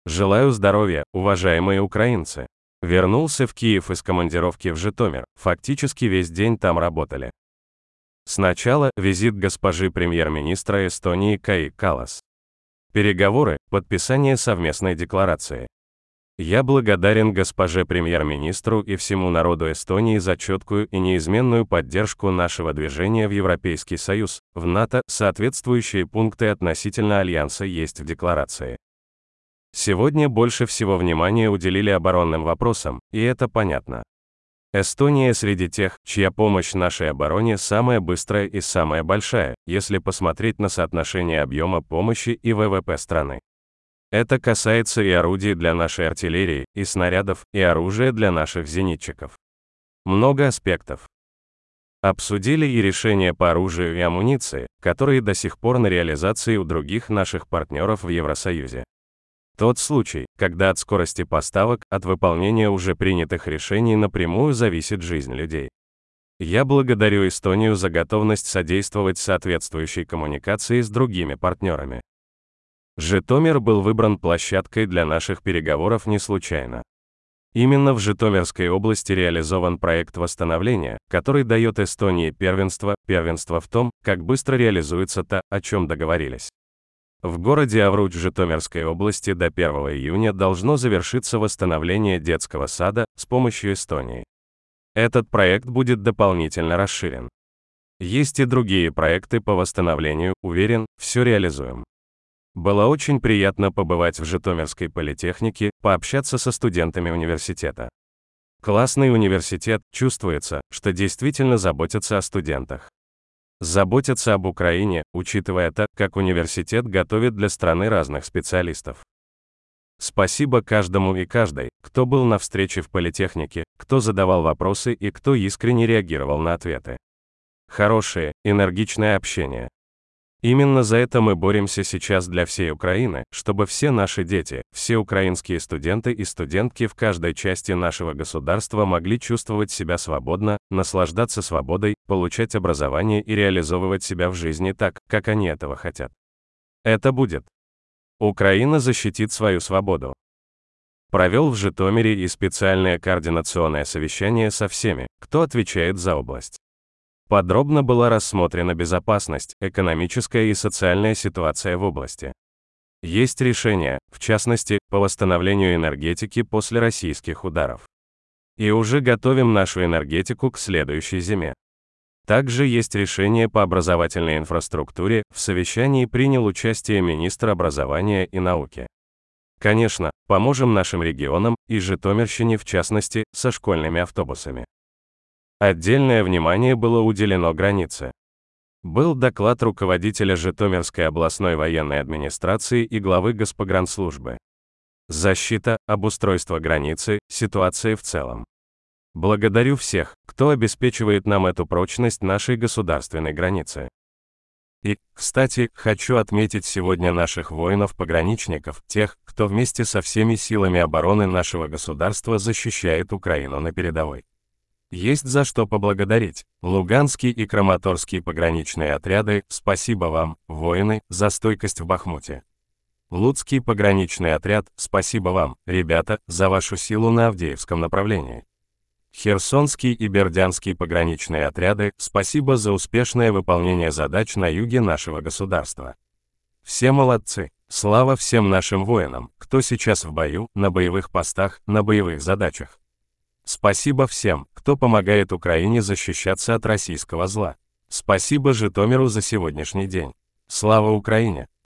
Желаю здоровья, уважаемые украинцы. Вернулся в Киев из командировки в Житомир, фактически весь день там работали. Сначала визит госпожи премьер-министра Эстонии Каи Каллас. Переговоры, подписание совместной декларации. Я благодарен госпоже премьер-министру и всему народу Эстонии за четкую и неизменную поддержку нашего движения в Европейский Союз, в НАТО, соответствующие пункты относительно Альянса есть в декларации. Сегодня больше всего внимания уделили оборонным вопросам, и это понятно. Эстония среди тех, чья помощь нашей обороне самая быстрая и самая большая, если посмотреть на соотношение объема помощи и ВВП страны. Это касается и орудий для нашей артиллерии, и снарядов, и оружия для наших зенитчиков. Много аспектов. Обсудили и решения по оружию и амуниции, которые до сих пор на реализации у других наших партнеров в Евросоюзе. Тот случай, когда от скорости поставок, от выполнения уже принятых решений напрямую зависит жизнь людей. Я благодарю Эстонию за готовность содействовать соответствующей коммуникации с другими партнерами. Житомир был выбран площадкой для наших переговоров не случайно. Именно в Житомирской области реализован проект восстановления, который дает Эстонии первенство в том, как быстро реализуется то, о чем договорились. В городе Авруч Житомирской области до 1 июня должно завершиться восстановление детского сада с помощью Эстонии. Этот проект будет дополнительно расширен. Есть и другие проекты по восстановлению, уверен, все реализуем. Было очень приятно побывать в Житомирской политехнике, пообщаться со студентами университета. Классный университет, чувствуется, что действительно заботятся о студентах. Заботятся об Украине, учитывая то, как университет готовит для страны разных специалистов. Спасибо каждому и каждой, кто был на встрече в политехнике, кто задавал вопросы и кто искренне реагировал на ответы. Хорошее, энергичное общение. Именно за это мы боремся сейчас для всей Украины, чтобы все наши дети, все украинские студенты и студентки в каждой части нашего государства могли чувствовать себя свободно, наслаждаться свободой, получать образование и реализовывать себя в жизни так, как они этого хотят. Это будет. Украина защитит свою свободу. Провел в Житомире и специальное координационное совещание со всеми, кто отвечает за область. Подробно была рассмотрена безопасность, экономическая и социальная ситуация в области. Есть решения, в частности, по восстановлению энергетики после российских ударов. И уже готовим нашу энергетику к следующей зиме. Также есть решение по образовательной инфраструктуре, в совещании принял участие министр образования и науки. Конечно, поможем нашим регионам, и Житомирщине в частности, со школьными автобусами. Отдельное внимание было уделено границе. Был доклад руководителя Житомирской областной военной администрации и главы Госпогранслужбы. Защита, обустройство границы, ситуация в целом. Благодарю всех, кто обеспечивает нам эту прочность нашей государственной границы. И, кстати, хочу отметить сегодня наших воинов-пограничников, тех, кто вместе со всеми силами обороны нашего государства защищает Украину на передовой. Есть за что поблагодарить. Луганский и Краматорский пограничные отряды, спасибо вам, воины, за стойкость в Бахмуте. Луцкий пограничный отряд, спасибо вам, ребята, за вашу силу на Авдеевском направлении. Херсонский и Бердянский пограничные отряды, спасибо за успешное выполнение задач на юге нашего государства. Все молодцы. Слава всем нашим воинам, кто сейчас в бою, на боевых постах, на боевых задачах. Спасибо всем, кто помогает Украине защищаться от российского зла. Спасибо Житомиру за сегодняшний день. Слава Украине!